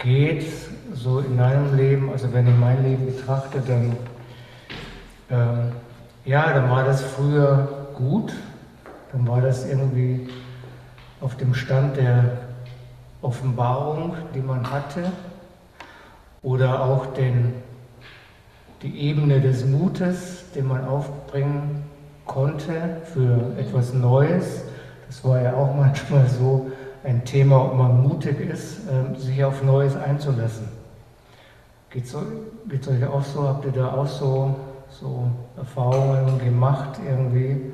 geht, so in deinem Leben, also wenn ich mein Leben betrachte, dann, ja, dann war das früher gut, dann war das irgendwie auf dem Stand der Offenbarung, die man hatte, oder auch die Ebene des Mutes, den man aufbringen konnte für etwas Neues. Das war ja auch manchmal so ein Thema, ob man mutig ist, sich auf Neues einzulassen. Geht's euch auch so? Habt ihr da auch so Erfahrungen gemacht irgendwie?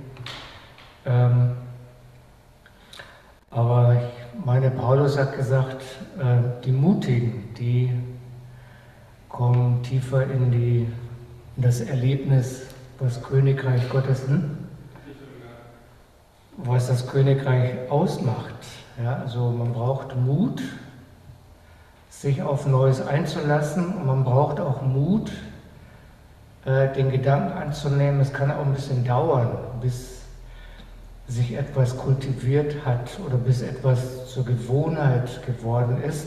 Aber ich meine, Paulus hat gesagt, die Mutigen, die kommen tiefer in das Erlebnis, was Königreich Gottes, was das Königreich ausmacht. Ja, also man braucht Mut, sich auf Neues einzulassen, und man braucht auch Mut, den Gedanken anzunehmen. Es kann auch ein bisschen dauern, bis sich etwas kultiviert hat oder bis etwas zur Gewohnheit geworden ist.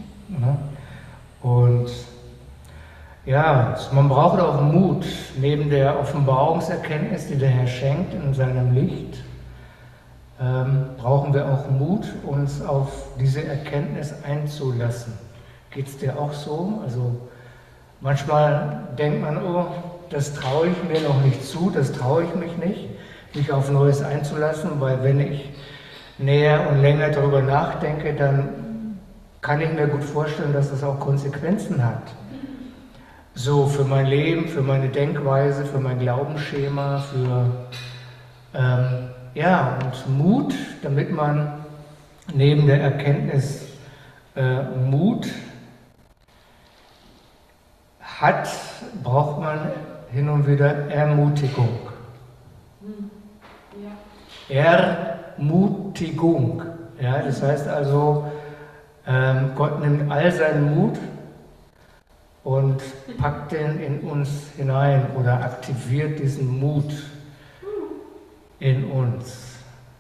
Und ja, man braucht auch Mut, neben der Offenbarungserkenntnis, die der Herr schenkt in seinem Licht, brauchen wir auch Mut, uns auf diese Erkenntnis einzulassen. Geht es dir auch so? Also manchmal denkt man, oh, das traue ich mir noch nicht zu, das traue ich mich nicht, mich auf Neues einzulassen, weil wenn ich näher und länger darüber nachdenke, dann kann ich mir gut vorstellen, dass das auch Konsequenzen hat. So für mein Leben, für meine Denkweise, für mein Glaubensschema, ja, und Mut, damit man neben der Erkenntnis Mut hat, braucht man hin und wieder Ermutigung. Ermutigung. Ja, das heißt also, Gott nimmt all seinen Mut und packt den in uns hinein oder aktiviert diesen Mut in uns.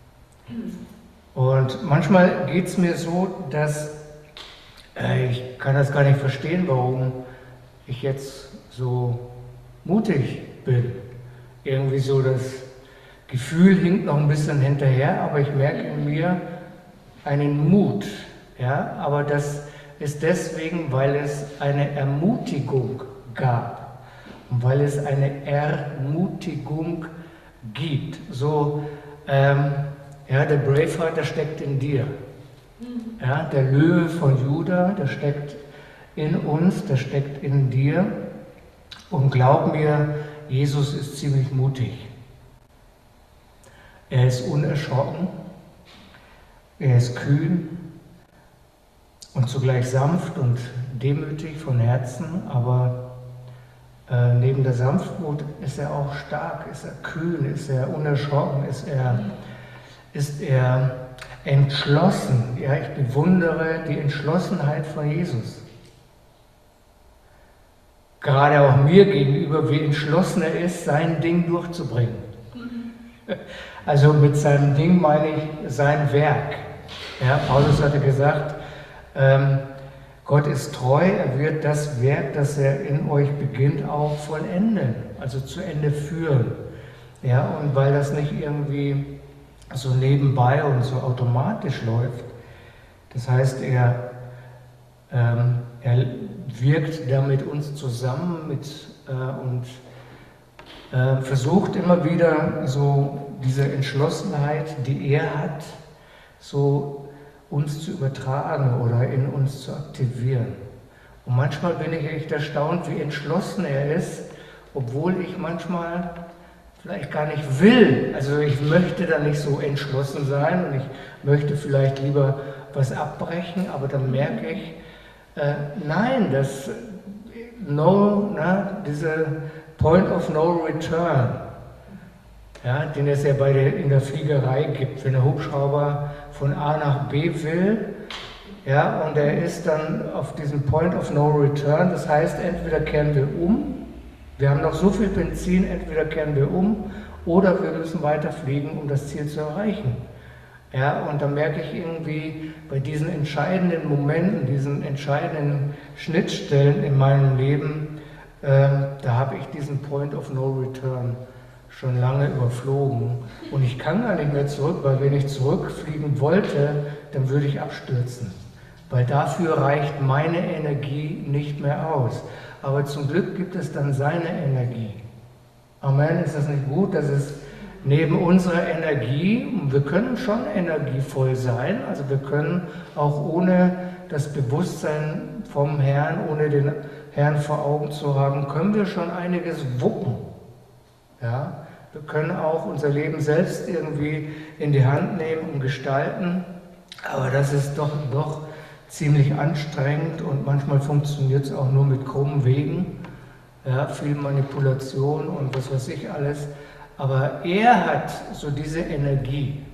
Und manchmal geht es mir so, dass ich kann das gar nicht verstehen, warum ich jetzt so mutig bin. Irgendwie so das Gefühl hinkt noch ein bisschen hinterher, aber ich merke in mir einen Mut. Ja? Aber das ist deswegen, weil es eine Ermutigung gab und weil es eine Ermutigung gibt. So, ja, der Braveheart, der steckt in dir. Ja, der Löwe von Juda, der steckt in uns, der steckt in dir. Und glaub mir, Jesus ist ziemlich mutig. Er ist unerschrocken, er ist kühn und zugleich sanft und demütig von Herzen, aber neben der Sanftmut ist er auch stark, ist er kühn, ist er unerschrocken, ist er entschlossen. Ja, ich bewundere die Entschlossenheit von Jesus. Gerade auch mir gegenüber, wie entschlossen er ist, sein Ding durchzubringen. Also mit seinem Ding meine ich sein Werk. Ja, Paulus hatte gesagt, Gott ist treu, er wird das Werk, das er in euch beginnt, auch vollenden, also zu Ende führen. Ja, und weil das nicht irgendwie so nebenbei und so automatisch läuft, das heißt, er wirkt da mit uns zusammen und versucht immer wieder so diese Entschlossenheit, die er hat, so uns zu übertragen oder in uns zu aktivieren. Und manchmal bin ich echt erstaunt, wie entschlossen er ist, obwohl ich manchmal vielleicht gar nicht will. Also ich möchte da nicht so entschlossen sein und ich möchte vielleicht lieber was abbrechen, aber dann merke ich, nein, diese Point of No Return, ja, den es ja in der Fliegerei gibt, wenn der Hubschrauber von A nach B will, ja, und er ist dann auf diesem Point of No Return, das heißt, entweder kehren wir um, wir haben noch so viel Benzin, entweder kehren wir um oder wir müssen weiter fliegen, um das Ziel zu erreichen. Ja, und da merke ich irgendwie bei diesen entscheidenden Momenten, diesen entscheidenden Schnittstellen in meinem Leben, da habe ich diesen Point of No Return schon lange überflogen. Und ich kann gar nicht mehr zurück, weil wenn ich zurückfliegen wollte, dann würde ich abstürzen. Weil dafür reicht meine Energie nicht mehr aus. Aber zum Glück gibt es dann seine Energie. Amen, ist das nicht gut, dass es neben unserer Energie, wir können schon energievoll sein, also wir können auch ohne das Bewusstsein vom Herrn, ohne den Herrn vor Augen zu haben, können wir schon einiges wuppen. Ja? Wir können auch unser Leben selbst irgendwie in die Hand nehmen und gestalten, aber das ist doch ziemlich anstrengend und manchmal funktioniert es auch nur mit krummen Wegen, ja, viel Manipulation und was weiß ich alles. Aber er hat so diese Energie,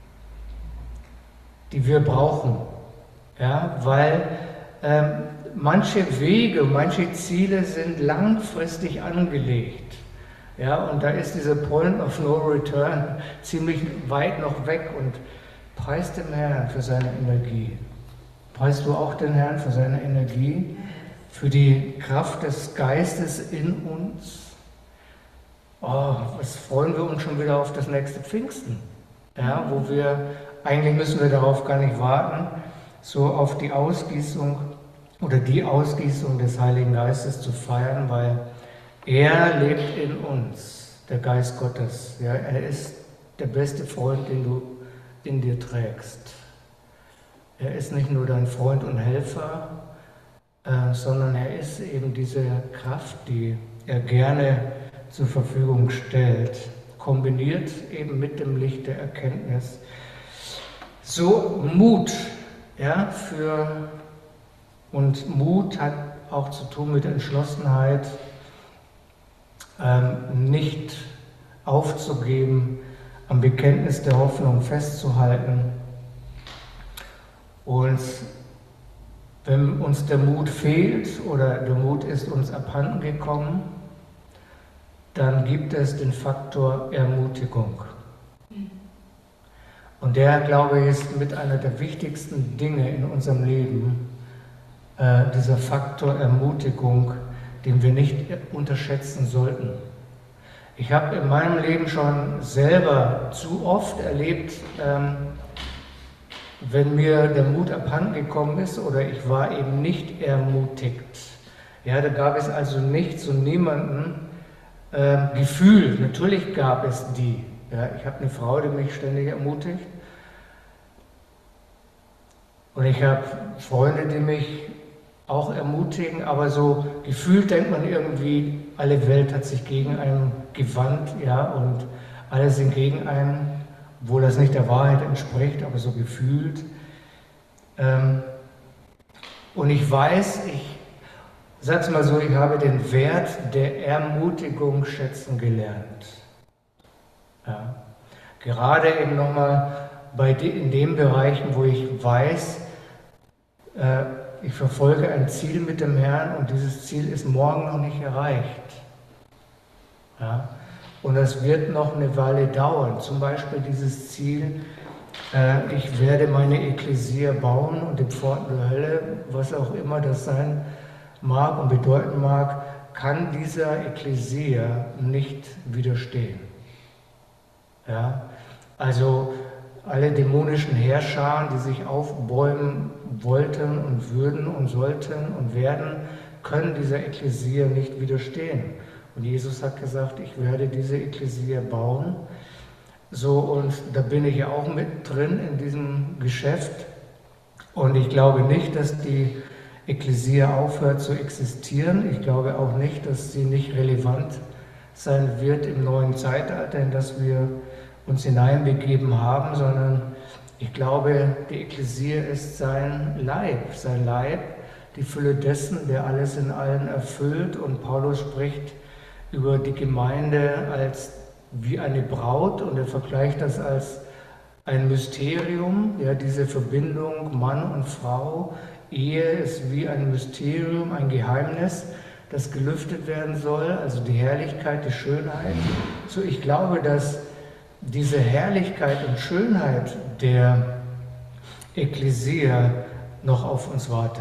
die wir brauchen, ja, weil manche Wege, manche Ziele sind langfristig angelegt. Ja, und da ist dieser Point of No Return ziemlich weit noch weg und preist den Herrn für seine Energie. Preist du auch den Herrn für seine Energie, für die Kraft des Geistes in uns? Oh, was freuen wir uns schon wieder auf das nächste Pfingsten, ja, wo eigentlich müssen wir darauf gar nicht warten, so auf die Ausgießung oder die Ausgießung des Heiligen Geistes zu feiern, weil er lebt in uns, der Geist Gottes. Ja, er ist der beste Freund, den du in dir trägst. Er ist nicht nur dein Freund und Helfer, sondern er ist eben diese Kraft, die er gerne zur Verfügung stellt, kombiniert eben mit dem Licht der Erkenntnis. So Mut, ja, und Mut hat auch zu tun mit Entschlossenheit, nicht aufzugeben, am Bekenntnis der Hoffnung festzuhalten. Und wenn uns der Mut fehlt oder der Mut ist uns abhanden gekommen, dann gibt es den Faktor Ermutigung. Und der, glaube ich, ist mit einer der wichtigsten Dinge in unserem Leben, dieser Faktor Ermutigung, den wir nicht unterschätzen sollten. Ich habe in meinem Leben schon selber zu oft erlebt, wenn mir der Mut abhanden gekommen ist oder ich war eben nicht ermutigt. Ja, da gab es also nichts und niemanden. Gefühl, natürlich gab es die. Ja, ich habe eine Frau, die mich ständig ermutigt. Und ich habe Freunde, die mich auch ermutigen, aber so gefühlt denkt man irgendwie, alle Welt hat sich gegen einen gewandt, ja, und alle sind gegen einen, obwohl das nicht der Wahrheit entspricht, aber so gefühlt. Und ich weiß, ich sag's mal so, ich habe den Wert der Ermutigung schätzen gelernt. Ja. Gerade eben nochmal in den Bereichen, wo ich weiß, ich verfolge ein Ziel mit dem Herrn und dieses Ziel ist morgen noch nicht erreicht. Ja. Und das wird noch eine Weile dauern. Zum Beispiel dieses Ziel, ich werde meine Ekklesia bauen und die Pforten der Hölle, was auch immer das sein mag und bedeuten mag, kann dieser Ekklesia nicht widerstehen. Ja? Also alle dämonischen Herrscher, die sich aufbäumen wollten und würden und sollten und werden, können dieser Ekklesia nicht widerstehen. Und Jesus hat gesagt, ich werde diese Ekklesia bauen. So, und da bin ich ja auch mit drin in diesem Geschäft. Und ich glaube nicht, dass die Ekklesia aufhört zu existieren. Ich glaube auch nicht, dass sie nicht relevant sein wird im neuen Zeitalter, in das wir uns hineinbegeben haben, sondern ich glaube, die Ekklesia ist sein Leib, die Fülle dessen, der alles in allen erfüllt. Und Paulus spricht über die Gemeinde als wie eine Braut und er vergleicht das als ein Mysterium, ja, diese Verbindung Mann und Frau. Ehe ist wie ein Mysterium, ein Geheimnis, das gelüftet werden soll, also die Herrlichkeit, die Schönheit. So, ich glaube, dass diese Herrlichkeit und Schönheit der Ekklesia noch auf uns wartet.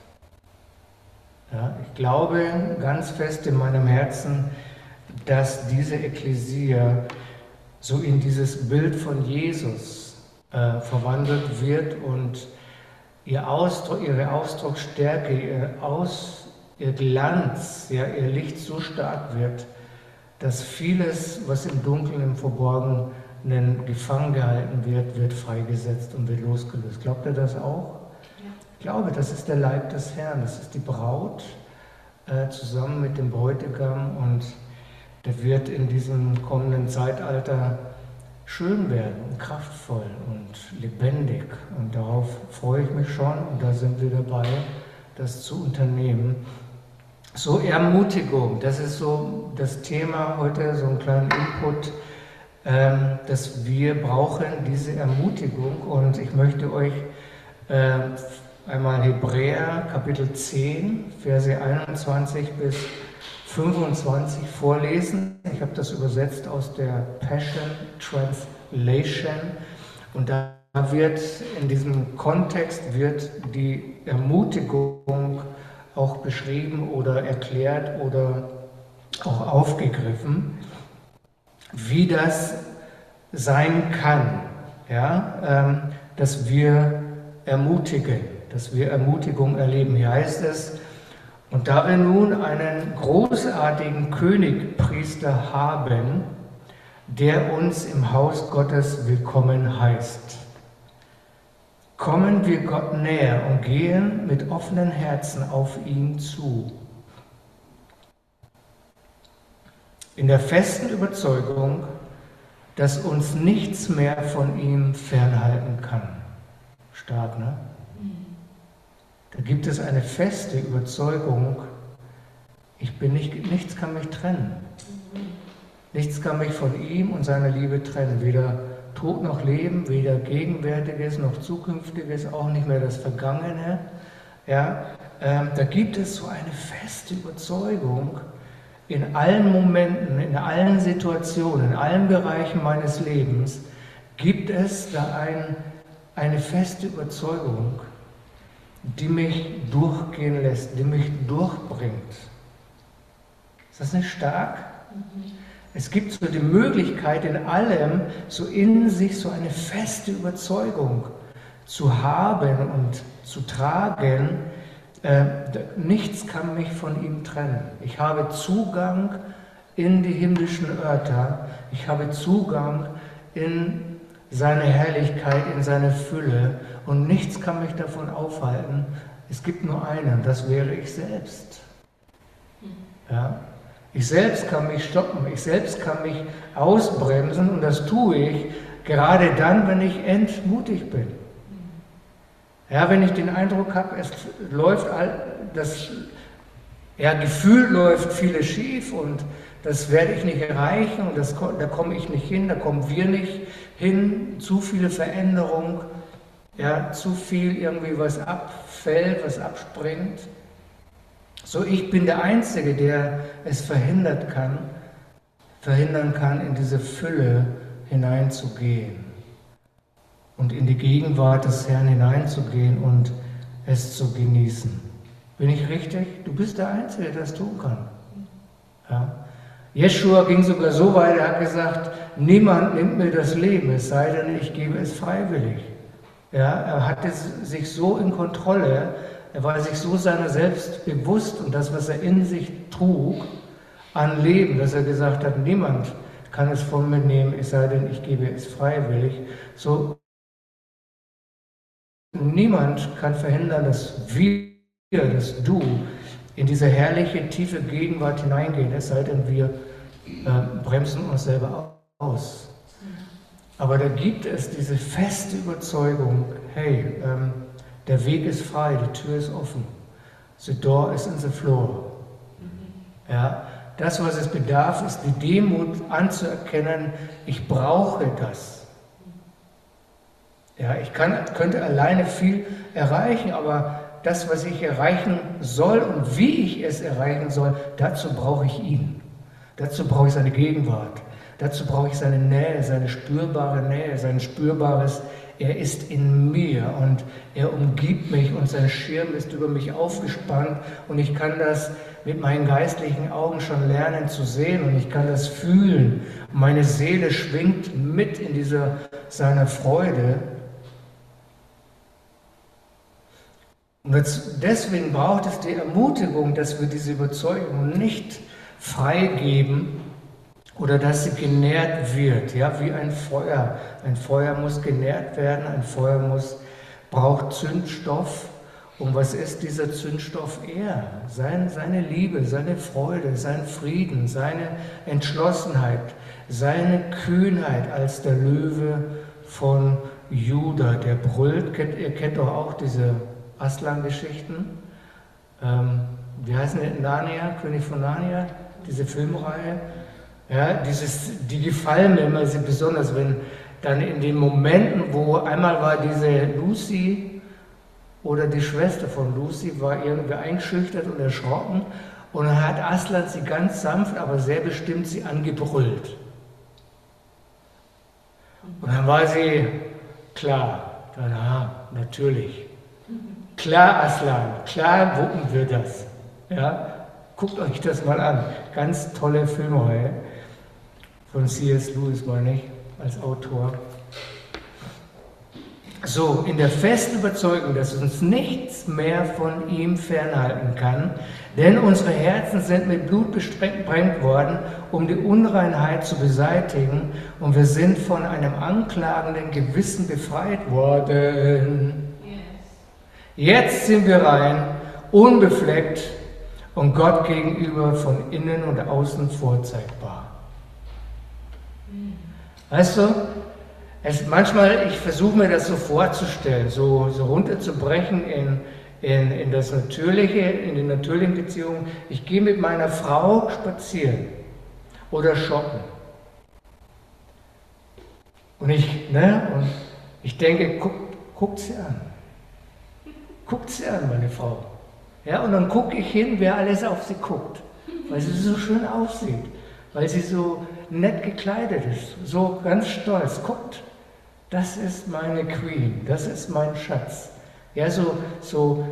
Ja, ich glaube ganz fest in meinem Herzen, dass diese Ekklesia so in dieses Bild von Jesus verwandelt wird und ihre Ausdrucksstärke, ihr Glanz, ja, ihr Licht so stark wird, dass vieles, was im Dunkeln, im Verborgenen gefangen gehalten wird, wird freigesetzt und wird losgelöst. Glaubt ihr das auch? Ja. Ich glaube, das ist der Leib des Herrn, das ist die Braut zusammen mit dem Bräutigam, und der wird in diesem kommenden Zeitalter schön werden und kraftvoll und lebendig, und darauf freue ich mich schon, und da sind wir dabei, das zu unternehmen. So Ermutigung, das ist so das Thema heute, so einen kleinen Input, dass wir brauchen diese Ermutigung, und ich möchte euch einmal Hebräer Kapitel 10, Verse 21 bis 25 vorlesen. Ich habe das übersetzt aus der Passion Translation, und da wird in diesem Kontext die Ermutigung auch beschrieben oder erklärt oder auch aufgegriffen, wie das sein kann, ja, dass wir ermutigen, dass wir Ermutigung erleben. Hier heißt es: Und da wir nun einen großartigen Königpriester haben, der uns im Haus Gottes willkommen heißt, kommen wir Gott näher und gehen mit offenen Herzen auf ihn zu. In der festen Überzeugung, dass uns nichts mehr von ihm fernhalten kann. Stark, ne? Da gibt es eine feste Überzeugung, nichts kann mich trennen. Nichts kann mich von ihm und seiner Liebe trennen. Weder Tod noch Leben, weder Gegenwärtiges noch Zukünftiges, auch nicht mehr das Vergangene. Ja, da gibt es so eine feste Überzeugung, in allen Momenten, in allen Situationen, in allen Bereichen meines Lebens, gibt es da eine feste Überzeugung, die mich durchgehen lässt, die mich durchbringt. Ist das nicht stark? Es gibt so die Möglichkeit, in allem so in sich so eine feste Überzeugung zu haben und zu tragen, nichts kann mich von ihm trennen. Ich habe Zugang in die himmlischen Örter, ich habe Zugang in seine Herrlichkeit, in seine Fülle, und nichts kann mich davon aufhalten. Es gibt nur einen, das wäre ich selbst. Ja? Ich selbst kann mich stoppen, ich selbst kann mich ausbremsen, und das tue ich gerade dann, wenn ich entmutigt bin. Ja, wenn ich den Eindruck habe, es läuft gefühlt läuft vieles schief und das werde ich nicht erreichen und da komme ich nicht hin, da kommen wir nicht hin, zu viele Veränderung, ja, zu viel irgendwie was abfällt, was abspringt. So, ich bin der Einzige, der es verhindern kann, in diese Fülle hineinzugehen und in die Gegenwart des Herrn hineinzugehen und es zu genießen. Bin ich richtig? Du bist der Einzige, der das tun kann. Ja? Jeschua ging sogar so weit, er hat gesagt, niemand nimmt mir das Leben, es sei denn, ich gebe es freiwillig. Ja, er hatte sich so in Kontrolle, er war sich so seiner selbst bewusst und das, was er in sich trug an Leben, dass er gesagt hat, niemand kann es von mir nehmen, es sei denn, ich gebe es freiwillig. So, niemand kann verhindern, dass du in diese herrliche, tiefe Gegenwart hineingehen, es sei denn, wir bremsen uns selber aus. Aber da gibt es diese feste Überzeugung, hey, der Weg ist frei, die Tür ist offen. The door is in the floor. Ja, das, was es bedarf, ist die Demut anzuerkennen, ich brauche das. Ja, ich könnte alleine viel erreichen, aber das, was ich erreichen soll und wie ich es erreichen soll, dazu brauche ich ihn. Dazu brauche ich seine Gegenwart. Dazu brauche ich seine Nähe, seine spürbare Nähe, sein spürbares, er ist in mir und er umgibt mich und sein Schirm ist über mich aufgespannt und ich kann das mit meinen geistlichen Augen schon lernen zu sehen und ich kann das fühlen. Meine Seele schwingt mit in dieser seiner Freude. Und deswegen braucht es die Ermutigung, dass wir diese Überzeugung nicht freigeben oder dass sie genährt wird, ja, wie ein Feuer. Ein Feuer muss genährt werden, ein Feuer braucht Zündstoff. Und was ist dieser Zündstoff? Er, seine Liebe, seine Freude, sein Frieden, seine Entschlossenheit, seine Kühnheit als der Löwe von Juda, der brüllt. Ihr kennt doch auch diese Aslan-Geschichten. Wie heißen die? Narnia, König von Narnia, diese Filmreihe. Ja, die gefallen mir immer sehr besonders, wenn dann in den Momenten, wo einmal war diese Lucy oder die Schwester von Lucy, war irgendwie eingeschüchtert und erschrocken und dann hat Aslan sie ganz sanft, aber sehr bestimmt sie angebrüllt. Und dann war sie klar, natürlich. Klar, Aslan, klar wuppen wir das. Ja? Guckt euch das mal an. Ganz tolle Filmreihe von C.S. Lewis, meine ich, als Autor. So, in der festen Überzeugung, dass uns nichts mehr von ihm fernhalten kann, denn unsere Herzen sind mit Blut besprengt worden, um die Unreinheit zu beseitigen, und wir sind von einem anklagenden Gewissen befreit worden. Jetzt sind wir rein, unbefleckt und Gott gegenüber von innen und außen vorzeigbar. Weißt du, manchmal, ich versuche mir das so vorzustellen, so runterzubrechen in das Natürliche, in die natürlichen Beziehungen. Ich gehe mit meiner Frau spazieren oder shoppen. Und ich denke, guckt sie an. Guckt sie an, meine Frau. Ja, und dann gucke ich hin, wer alles auf sie guckt, weil sie so schön aussieht, weil sie so nett gekleidet ist, so ganz stolz. Guckt, das ist meine Queen, das ist mein Schatz. Ja, so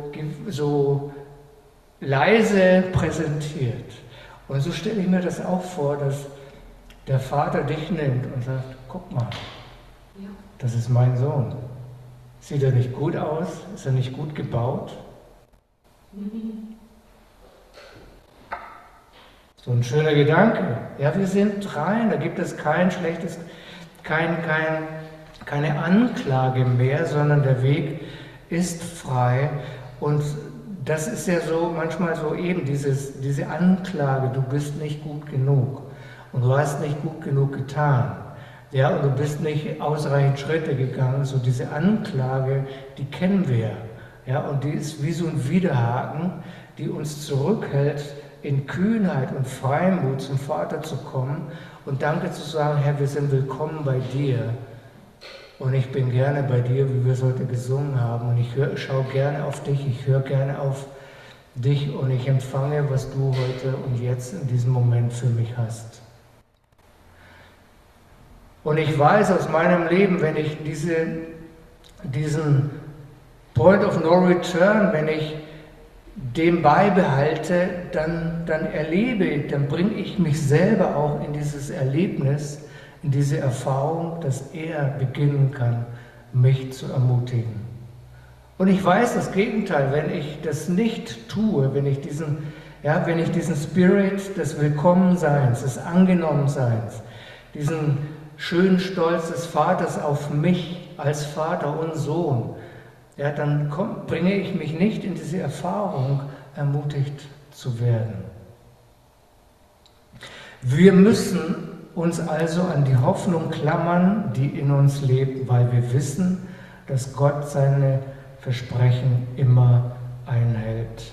leise präsentiert. Und so stelle ich mir das auch vor, dass der Vater dich nimmt und sagt, guck mal, das ist mein Sohn. Sieht er nicht gut aus? Ist er nicht gut gebaut? So ein schöner Gedanke. Ja, wir sind rein, da gibt es kein schlechtes, keine Anklage mehr, sondern der Weg ist frei. Und das ist ja so manchmal so eben diese Anklage, du bist nicht gut genug und du hast nicht gut genug getan. Ja, und du bist nicht ausreichend Schritte gegangen. So diese Anklage, die kennen wir. Ja, und die ist wie so ein Widerhaken, die uns zurückhält, in Kühnheit und Freimut zum Vater zu kommen und Danke zu sagen, Herr, wir sind willkommen bei dir. Und ich bin gerne bei dir, wie wir es heute gesungen haben. Und ich schaue gerne auf dich, ich höre gerne auf dich und ich empfange, was du heute und jetzt in diesem Moment für mich hast. Und ich weiß aus meinem Leben, wenn ich diesen Point of No Return, wenn ich dem beibehalte, dann bringe ich mich selber auch in dieses Erlebnis, in diese Erfahrung, dass er beginnen kann, mich zu ermutigen. Und ich weiß das Gegenteil, wenn ich das nicht tue, wenn ich diesen Spirit des Willkommenseins, des Angenommenseins, diesen schönen Stolz des Vaters auf mich als Vater und Sohn, ja, dann bringe ich mich nicht in diese Erfahrung, ermutigt zu werden. Wir müssen uns also an die Hoffnung klammern, die in uns lebt, weil wir wissen, dass Gott seine Versprechen immer einhält.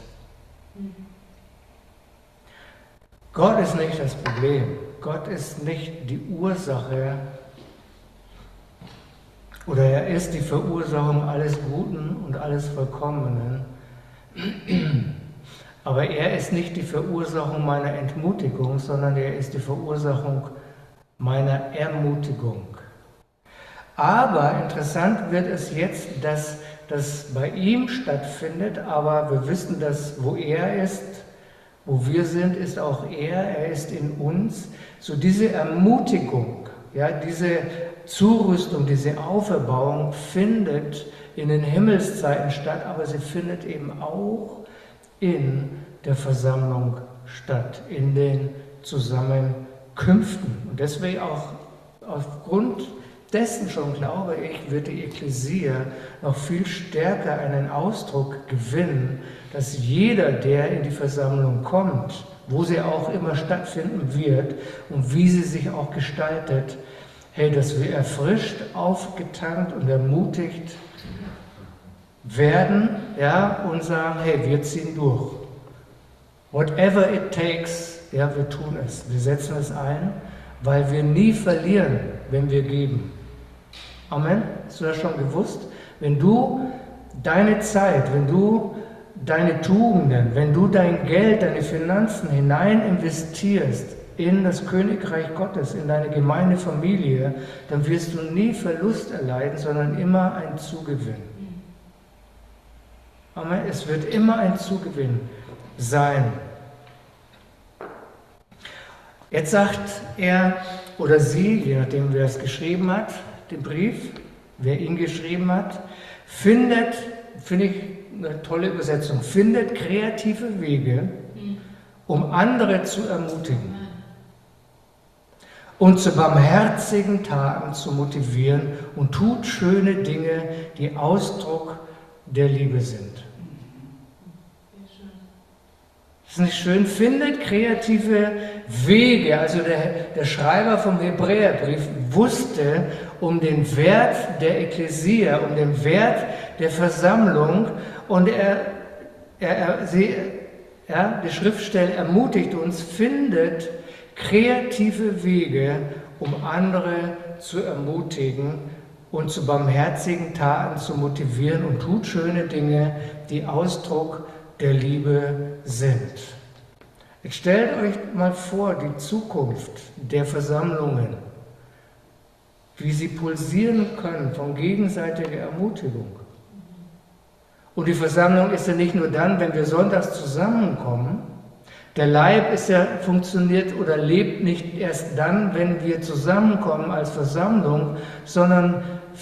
Gott ist nicht das Problem. Gott ist nicht die Ursache oder er ist die Verursachung alles Guten und alles Vollkommenen. Aber er ist nicht die Verursachung meiner Entmutigung, sondern er ist die Verursachung meiner Ermutigung. Aber interessant wird es jetzt, dass das bei ihm stattfindet, aber wir wissen, dass wo er ist, wo wir sind, ist auch er ist in uns. So diese Ermutigung, ja, diese Zurüstung, diese Auferbauung findet in den Himmelszeiten statt, aber sie findet eben auch in der Versammlung statt, in den Zusammenkünften. Und deswegen auch aufgrund dessen schon glaube ich, wird die Ekklesia noch viel stärker einen Ausdruck gewinnen, dass jeder, der in die Versammlung kommt, wo sie auch immer stattfinden wird und wie sie sich auch gestaltet, hey, dass wir erfrischt, aufgetankt und ermutigt werden, ja, und sagen, hey, wir ziehen durch. Whatever it takes, ja, wir tun es, wir setzen es ein, weil wir nie verlieren, wenn wir geben. Amen? Hast du das schon gewusst? Wenn du deine Zeit, wenn du deine Tugenden, wenn du dein Geld, deine Finanzen hinein investierst in das Königreich Gottes, in deine Gemeindefamilie, dann wirst du nie Verlust erleiden, sondern immer ein Zugewinn. Amen? Es wird immer ein Zugewinn sein. Jetzt sagt er oder sie, je nachdem wer es geschrieben hat, den Brief, wer ihn geschrieben hat, findet, finde ich eine tolle Übersetzung, findet kreative Wege, um andere zu ermutigen und zu barmherzigen Taten zu motivieren und tut schöne Dinge, die Ausdruck der Liebe sind. Ist nicht schön? Findet kreative Wege. Also der Schreiber vom Hebräerbrief wusste um den Wert der Ekklesia, um den Wert der Versammlung und die Schriftstelle ermutigt uns, findet kreative Wege, um andere zu ermutigen und zu barmherzigen Taten zu motivieren und tut schöne Dinge, die Ausdruck der Liebe sind. Jetzt stellt euch mal vor, die Zukunft der Versammlungen, wie sie pulsieren können von gegenseitiger Ermutigung. Und die Versammlung ist ja nicht nur dann, wenn wir sonntags zusammenkommen. Der Leib ist ja funktioniert oder lebt nicht erst dann, wenn wir zusammenkommen als Versammlung, sondern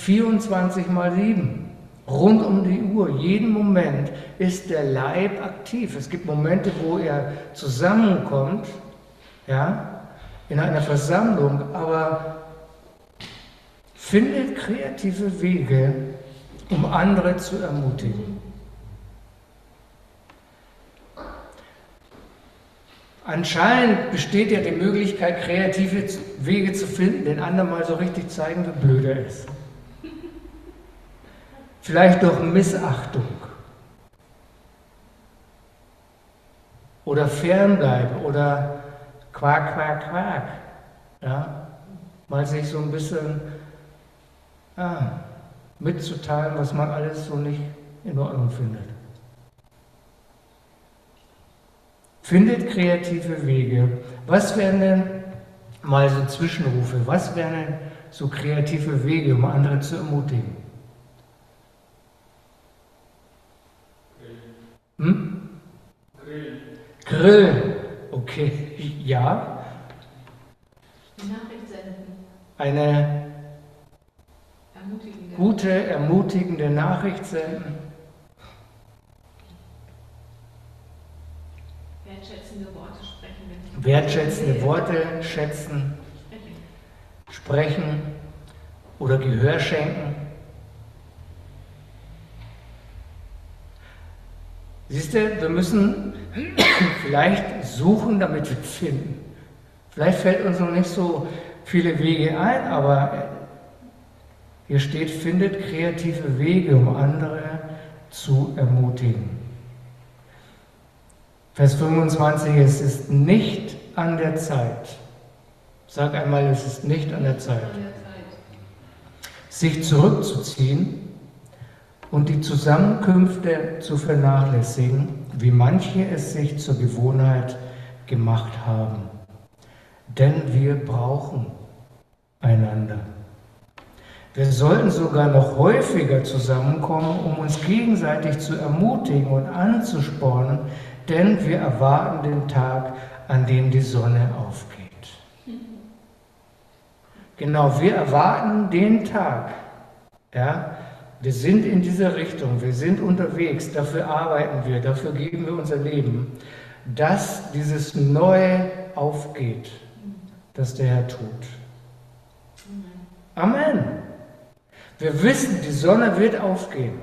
24/7. Rund um die Uhr, jeden Moment ist der Leib aktiv. Es gibt Momente, wo er zusammenkommt, ja, in einer Versammlung, aber findet kreative Wege, um andere zu ermutigen. Anscheinend besteht ja die Möglichkeit, kreative Wege zu finden, den anderen mal so richtig zeigen, wie blöd er ist. Vielleicht durch Missachtung oder Fernbleiben oder Quark, Quark, Quark. Ja? Mal sich so ein bisschen mitzuteilen, was man alles so nicht in Ordnung findet. Findet kreative Wege. Was wären denn mal so Zwischenrufe? Was wären denn so kreative Wege, um andere zu ermutigen? Grill. Okay, ja. Die Nachricht senden. Eine gute, ermutigende Nachricht senden. Wertschätzende Worte sprechen. Wertschätzende Worte schätzen, sprechen oder Gehör schenken. Siehst du, wir müssen vielleicht suchen, damit wir finden. Vielleicht fällt uns noch nicht so viele Wege ein, aber hier steht, findet kreative Wege, um andere zu ermutigen. Vers 25, es ist nicht an der Zeit. Sag einmal, es ist nicht an der Zeit, sich zurückzuziehen und die Zusammenkünfte zu vernachlässigen, wie manche es sich zur Gewohnheit gemacht haben. Denn wir brauchen einander. Wir sollten sogar noch häufiger zusammenkommen, um uns gegenseitig zu ermutigen und anzuspornen, denn wir erwarten den Tag, an dem die Sonne aufgeht. Genau, wir erwarten den Tag. Ja? Wir sind in dieser Richtung, wir sind unterwegs, dafür arbeiten wir, dafür geben wir unser Leben, dass dieses Neue aufgeht, das der Herr tut. Amen. Wir wissen, die Sonne wird aufgehen.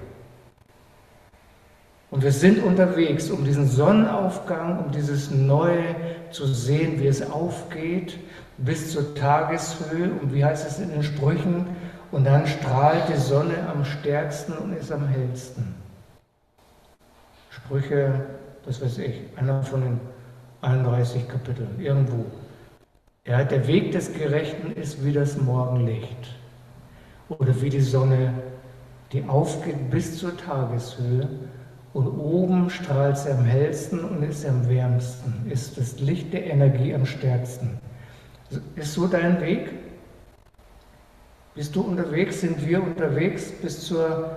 Und wir sind unterwegs, um diesen Sonnenaufgang, um dieses Neue zu sehen, wie es aufgeht, bis zur Tageshöhe. Und wie heißt es in den Sprüchen? Und dann strahlt die Sonne am stärksten und ist am hellsten. Sprüche, das weiß ich, einer von den 31 Kapiteln, irgendwo. Ja, der Weg des Gerechten ist wie das Morgenlicht. Oder wie die Sonne, die aufgeht bis zur Tageshöhe. Und oben strahlt sie am hellsten und ist am wärmsten, ist das Licht der Energie am stärksten. Ist so dein Weg? Bist du unterwegs? Sind wir unterwegs bis zur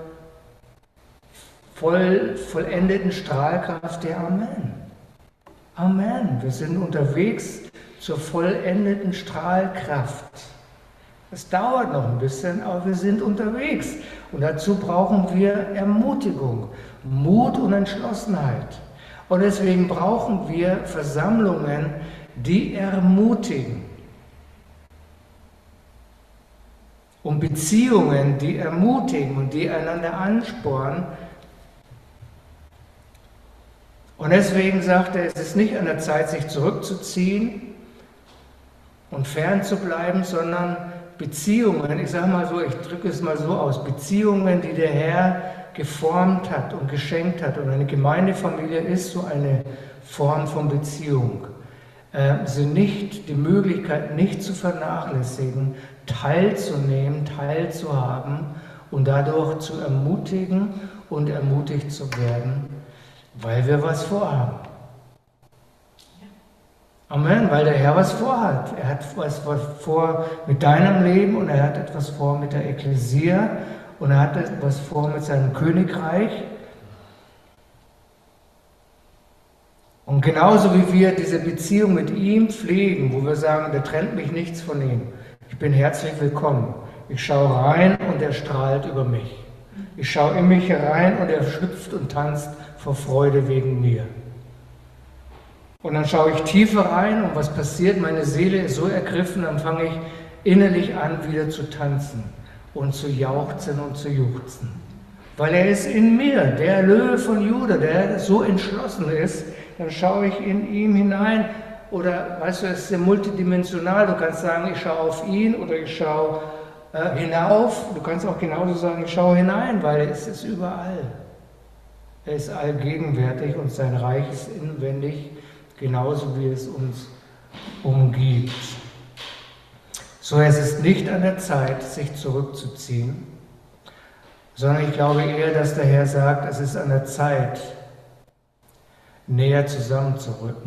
vollendeten Strahlkraft der Amen? Amen. Wir sind unterwegs zur vollendeten Strahlkraft. Es dauert noch ein bisschen, aber wir sind unterwegs. Und dazu brauchen wir Ermutigung, Mut und Entschlossenheit. Und deswegen brauchen wir Versammlungen, die ermutigen. Und Beziehungen, die ermutigen und die einander anspornen. Und deswegen sagt er, es ist nicht an der Zeit, sich zurückzuziehen und fern zu bleiben, sondern Beziehungen, ich sage mal so, ich drücke es mal so aus, Beziehungen, die der Herr geformt hat und geschenkt hat. Und eine Gemeindefamilie ist so eine Form von Beziehung. Sind nicht die Möglichkeit, nicht zu vernachlässigen, teilzunehmen, teilzuhaben und dadurch zu ermutigen und ermutigt zu werden, weil wir was vorhaben. Amen, weil der Herr was vorhat. Er hat was vor mit deinem Leben und er hat etwas vor mit der Ekklesia und er hat etwas vor mit seinem Königreich. Und genauso wie wir diese Beziehung mit ihm pflegen, wo wir sagen, da trennt mich nichts von ihm. Ich bin herzlich willkommen. Ich schaue rein und er strahlt über mich. Ich schaue in mich herein und er hüpft und tanzt vor Freude wegen mir. Und dann schaue ich tiefer rein und was passiert? Meine Seele ist so ergriffen, dann fange ich innerlich an, wieder zu tanzen und zu jauchzen und zu juchzen. Weil er ist in mir, der Löwe von Juda, der so entschlossen ist, dann schaue ich in ihm hinein. Oder, weißt du, es ist ja multidimensional. Du kannst sagen, ich schaue auf ihn oder ich schaue hinauf. Du kannst auch genauso sagen, ich schaue hinein, weil es ist überall. Er ist allgegenwärtig und sein Reich ist inwendig, genauso wie es uns umgibt. So, es ist nicht an der Zeit, sich zurückzuziehen, sondern ich glaube eher, dass der Herr sagt, es ist an der Zeit, näher zusammenzurücken.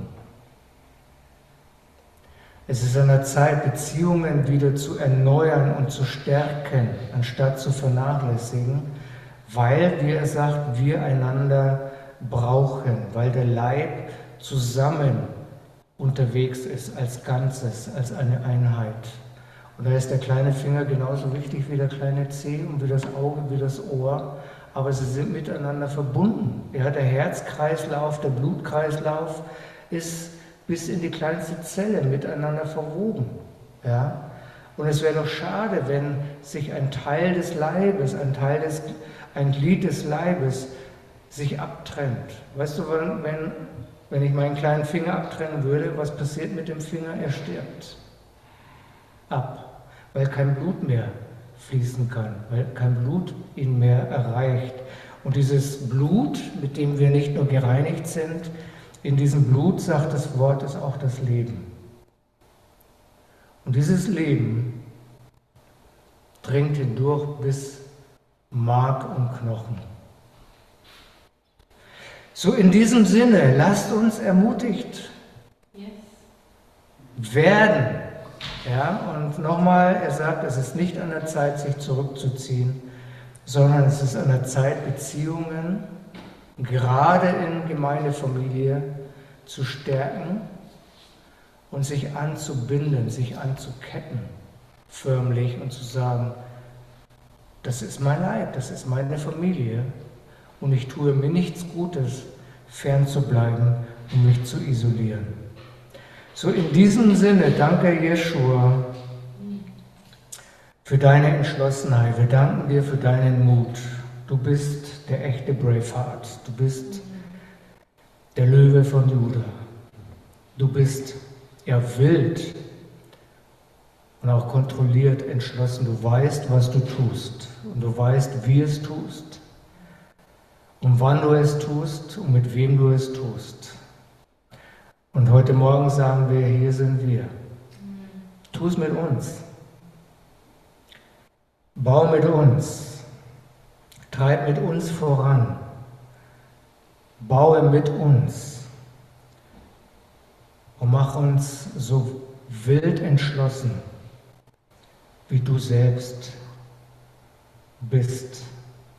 Es ist an der Zeit, Beziehungen wieder zu erneuern und zu stärken, anstatt zu vernachlässigen, weil, wie er sagt, wir einander brauchen, weil der Leib zusammen unterwegs ist, als Ganzes, als eine Einheit. Und da ist der kleine Finger genauso wichtig wie der kleine Zeh und wie das Auge, wie das Ohr, aber sie sind miteinander verbunden. Ja, der Herzkreislauf, der Blutkreislauf ist bis in die kleinste Zelle miteinander verwoben. Ja? Und es wäre doch schade, wenn sich ein Teil des Leibes, ein Glied des Leibes sich abtrennt. Weißt du, wenn ich meinen kleinen Finger abtrennen würde, was passiert mit dem Finger? Er stirbt ab, weil kein Blut mehr fließen kann, weil kein Blut ihn mehr erreicht. Und dieses Blut, mit dem wir nicht nur gereinigt sind, in diesem Blut, sagt das Wort, ist auch das Leben. Und dieses Leben dringt hindurch bis Mark und Knochen. So in diesem Sinne, lasst uns ermutigt werden. Ja, und nochmal, er sagt, es ist nicht an der Zeit, sich zurückzuziehen, sondern es ist an der Zeit, Beziehungen, gerade in Gemeindefamilie, zu stärken und sich anzubinden, sich anzuketten, förmlich, und zu sagen, das ist mein Leib, das ist meine Familie und ich tue mir nichts Gutes, fern zu bleiben und mich zu isolieren. So in diesem Sinne, danke Jeschua für deine Entschlossenheit. Wir danken dir für deinen Mut. Du bist der echte Braveheart. Du bist der Löwe von Juda. Du bist ja wild und auch kontrolliert entschlossen. Du weißt, was du tust und du weißt, wie es tust und wann du es tust und mit wem du es tust. Und heute Morgen sagen wir, hier sind wir. Tu es mit uns. Bau mit uns. Treib mit uns voran. Baue mit uns. Und mach uns so wild entschlossen, wie du selbst bist.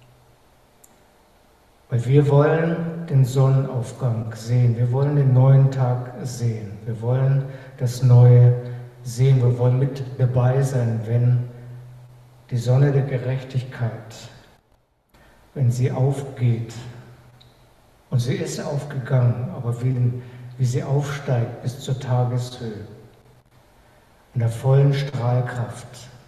Weil wir wollen den Sonnenaufgang sehen, wir wollen den neuen Tag sehen, wir wollen das Neue sehen, wir wollen mit dabei sein, wenn die Sonne der Gerechtigkeit, wenn sie aufgeht. Und sie ist aufgegangen, aber wie sie aufsteigt bis zur Tageshöhe, in der vollen Strahlkraft.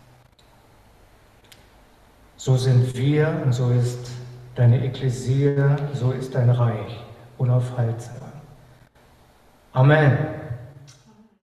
So sind wir und so ist deine Ekklesia, so ist dein Reich unaufhaltsam. Amen.